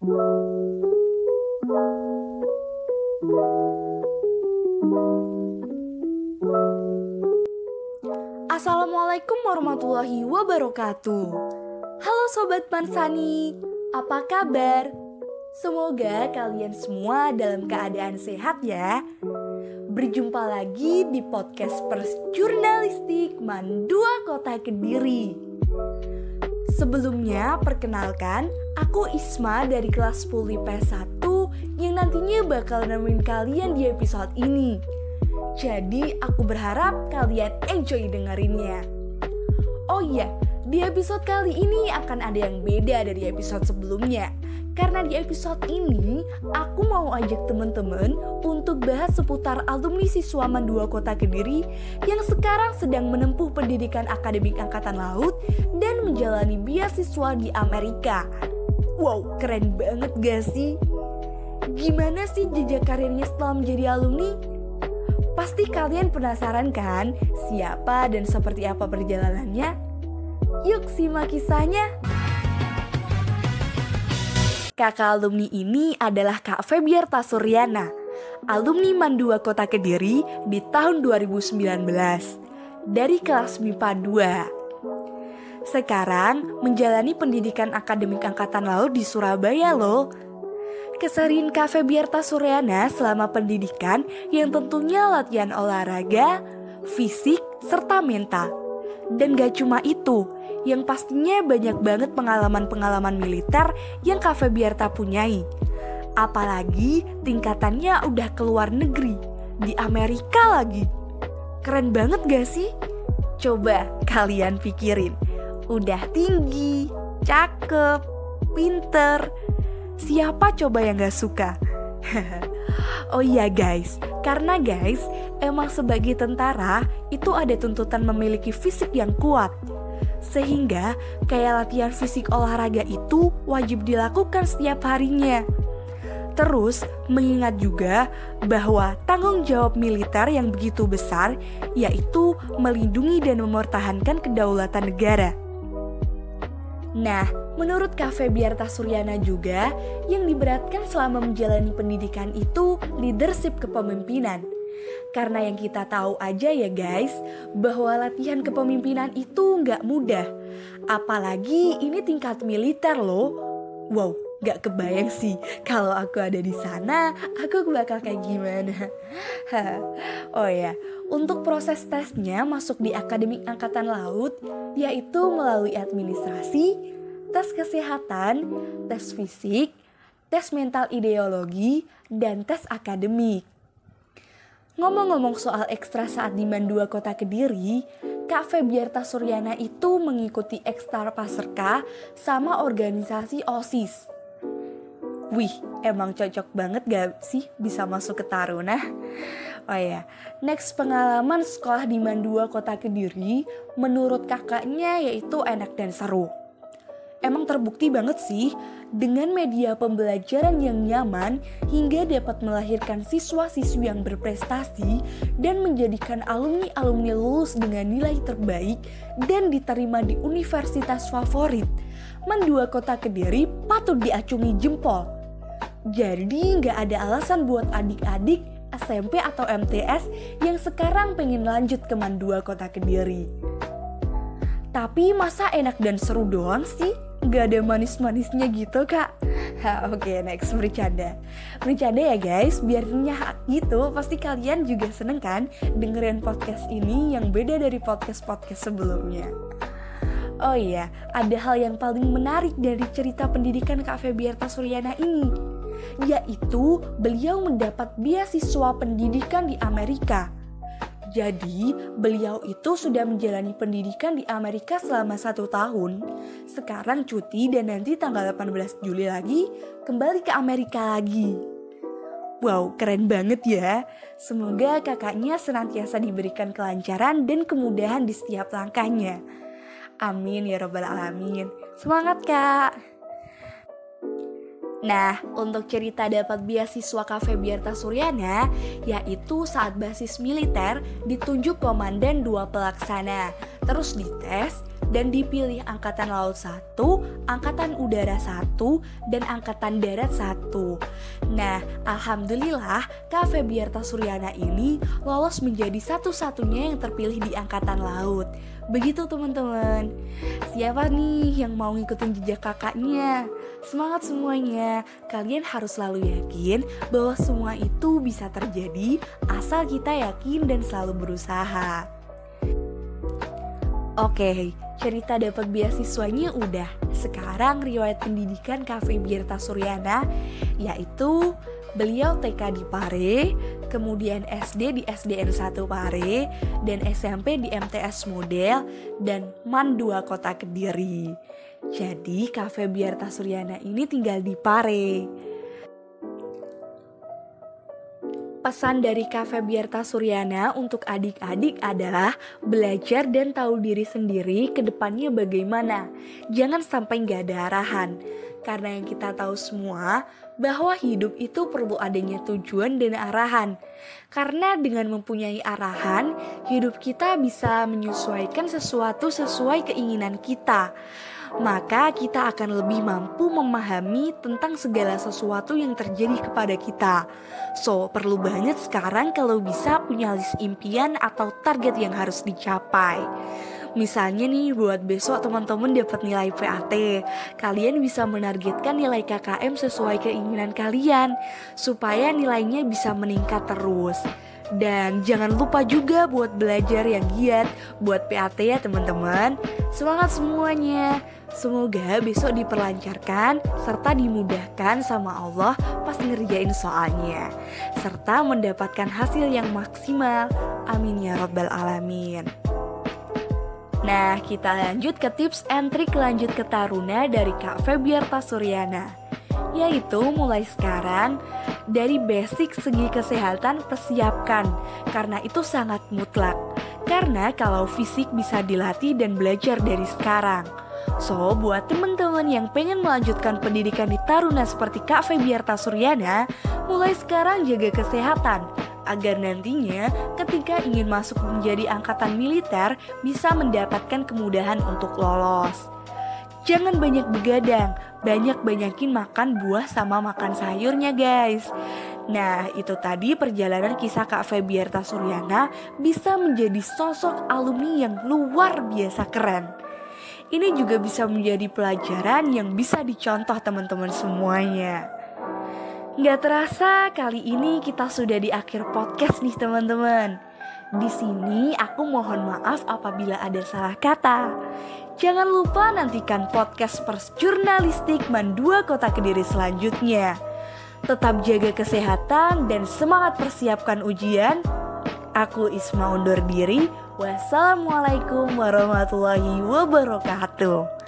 Assalamualaikum warahmatullahi wabarakatuh. Halo Sobat Mansani, apa kabar? Semoga kalian semua dalam keadaan sehat ya. Berjumpa lagi di podcast Jurnalistik Mandua Kota Kediri. Sebelumnya perkenalkan, aku Isma dari kelas 10 IPS 1 yang nantinya bakal nemenin kalian di episode ini. Jadi aku berharap kalian enjoy dengerinnya. Oh iya, di episode kali ini akan ada yang beda dari episode sebelumnya. Karena di episode ini aku mau ajak teman-teman untuk bahas seputar alumni siswa Mandua Kota Kediri yang sekarang sedang menempuh pendidikan akademik angkatan laut dan menjalani beasiswa di Amerika. Wow, keren banget gak sih? Gimana sih jejak karirnya setelah menjadi alumni? Pasti kalian penasaran kan siapa dan seperti apa perjalanannya? Yuk simak kisahnya. Kakak alumni ini adalah Kak Febiarta Suryana, alumni Mandua Kota Kediri di tahun 2019 dari kelas MIPA 2. Sekarang menjalani pendidikan akademik angkatan laut di Surabaya loh. Keseharian Kak Febiarta Suryana selama pendidikan yang tentunya latihan olahraga, fisik, serta mental. Dan gak cuma itu, yang pastinya banyak banget pengalaman-pengalaman militer yang Kak Febiarta punyai. Apalagi tingkatannya udah keluar negeri, di Amerika lagi. Keren banget gak sih? Coba kalian pikirin, udah tinggi, cakep, pinter. Siapa coba yang gak suka? Oh iya guys, karena guys, emang sebagai tentara itu ada tuntutan memiliki fisik yang kuat. Sehingga kayak latihan fisik olahraga itu wajib dilakukan setiap harinya. Terus mengingat juga bahwa tanggung jawab militer yang begitu besar yaitu melindungi dan mempertahankan kedaulatan negara. Nah, menurut Kak Febiarta Suryana juga, yang diberatkan selama menjalani pendidikan itu leadership kepemimpinan. Karena yang kita tahu aja ya guys, bahwa latihan kepemimpinan itu nggak mudah. Apalagi ini tingkat militer loh. Wow, nggak kebayang sih kalau aku ada di sana, aku bakal kayak gimana. Oh ya, untuk proses tesnya masuk di Akademik Angkatan Laut, yaitu melalui administrasi, tes kesehatan, tes fisik, tes mental ideologi, dan tes akademik. Ngomong-ngomong soal ekstra saat di Mandua Kota Kediri, Kak Febiarta Suryana itu mengikuti Ekstra Paserka sama organisasi OSIS. Wih, emang cocok banget gak sih bisa masuk ke Taruna? Oh ya, next pengalaman sekolah di Mandua Kota Kediri menurut kakaknya yaitu enak dan seru. Emang terbukti banget sih dengan media pembelajaran yang nyaman hingga dapat melahirkan siswa-siswi yang berprestasi dan menjadikan alumni-alumni lulus dengan nilai terbaik dan diterima di universitas favorit. Mandua Kota Kediri patut diacungi jempol. Jadi gak ada alasan buat adik-adik SMP atau MTS yang sekarang pengen lanjut ke Mandua Kota Kediri. Tapi masa enak dan seru doang sih? Gak ada manis-manisnya gitu kak. Oke, next bercanda ya guys, biar nyahak gitu. Pasti kalian juga seneng kan dengerin podcast ini yang beda dari podcast-podcast sebelumnya. Oh iya, ada hal yang paling menarik dari cerita pendidikan Kak Febiarta Suryana ini, yaitu beliau mendapat beasiswa pendidikan di Amerika. Jadi, beliau itu sudah menjalani pendidikan di Amerika selama 1 tahun. Sekarang cuti dan nanti tanggal 18 Juli lagi kembali ke Amerika lagi. Wow, keren banget ya. Semoga kakaknya senantiasa diberikan kelancaran dan kemudahan di setiap langkahnya. Amin ya robbal alamin. Semangat kak. Nah, untuk cerita dapat beasiswa Kak Febiarta Suryana, yaitu saat basis militer ditunjuk komandan 2 pelaksana, terus dites, dan dipilih Angkatan Laut 1, Angkatan Udara 1, dan Angkatan Darat 1. Nah, alhamdulillah Kak Febiarta Suryana ini lolos menjadi satu-satunya yang terpilih di Angkatan Laut. Begitu teman-teman. Siapa nih yang mau ngikutin jejak kakaknya? Semangat semuanya. Kalian harus selalu yakin bahwa semua itu bisa terjadi asal kita yakin dan selalu berusaha. Oke, cerita dapat beasiswanya udah. Sekarang riwayat pendidikan Kak Febiarta Suryana, yaitu beliau TK di Pare, kemudian SD di SDN 1 Pare, dan SMP di MTS Model, dan MAN 2 Kota Kediri. Jadi Kak Febiarta Suryana ini tinggal di Pare. Pesan dari Kak Febiarta Suryana untuk adik-adik adalah belajar dan tahu diri sendiri ke depannya bagaimana. Jangan sampai gak ada arahan. Karena yang kita tahu semua bahwa hidup itu perlu adanya tujuan dan arahan. Karena dengan mempunyai arahan, hidup kita bisa menyesuaikan sesuatu sesuai keinginan kita. Maka kita akan lebih mampu memahami tentang segala sesuatu yang terjadi kepada kita. So, perlu banget sekarang kalau bisa punya list impian atau target yang harus dicapai. Misalnya nih buat besok teman-teman dapat nilai PAT, kalian bisa menargetkan nilai KKM sesuai keinginan kalian supaya nilainya bisa meningkat terus. Dan jangan lupa juga buat belajar yang giat buat PAT ya teman-teman. Semangat semuanya. Semoga besok diperlancarkan serta dimudahkan sama Allah pas ngerjain soalnya, serta mendapatkan hasil yang maksimal. Amin ya rabbal alamin. Nah, kita lanjut ke tips and trik lanjut ke Taruna dari Kak Febiarta Suryana, yaitu mulai sekarang dari basic segi kesehatan persiapkan, karena itu sangat mutlak. Karena kalau fisik bisa dilatih dan belajar dari sekarang. So, buat teman-teman yang pengen melanjutkan pendidikan di Taruna seperti Kak Febiarta Suryana, mulai sekarang jaga kesehatan agar nantinya ketika ingin masuk menjadi angkatan militer bisa mendapatkan kemudahan untuk lolos. Jangan banyak begadang, banyak-banyakin makan buah sama makan sayurnya guys. Nah, itu tadi perjalanan kisah Kak Febiarta Suryana bisa menjadi sosok alumni yang luar biasa keren. Ini juga bisa menjadi pelajaran yang bisa dicontoh teman-teman semuanya. Gak terasa kali ini kita sudah di akhir podcast nih teman-teman. Di sini aku mohon maaf apabila ada salah kata. Jangan lupa nantikan podcast Pers Jurnalistik MAN 2 Kota Kediri selanjutnya. Tetap jaga kesehatan dan semangat persiapkan ujian. Aku Isma undur diri. Wassalamualaikum warahmatullahi wabarakatuh.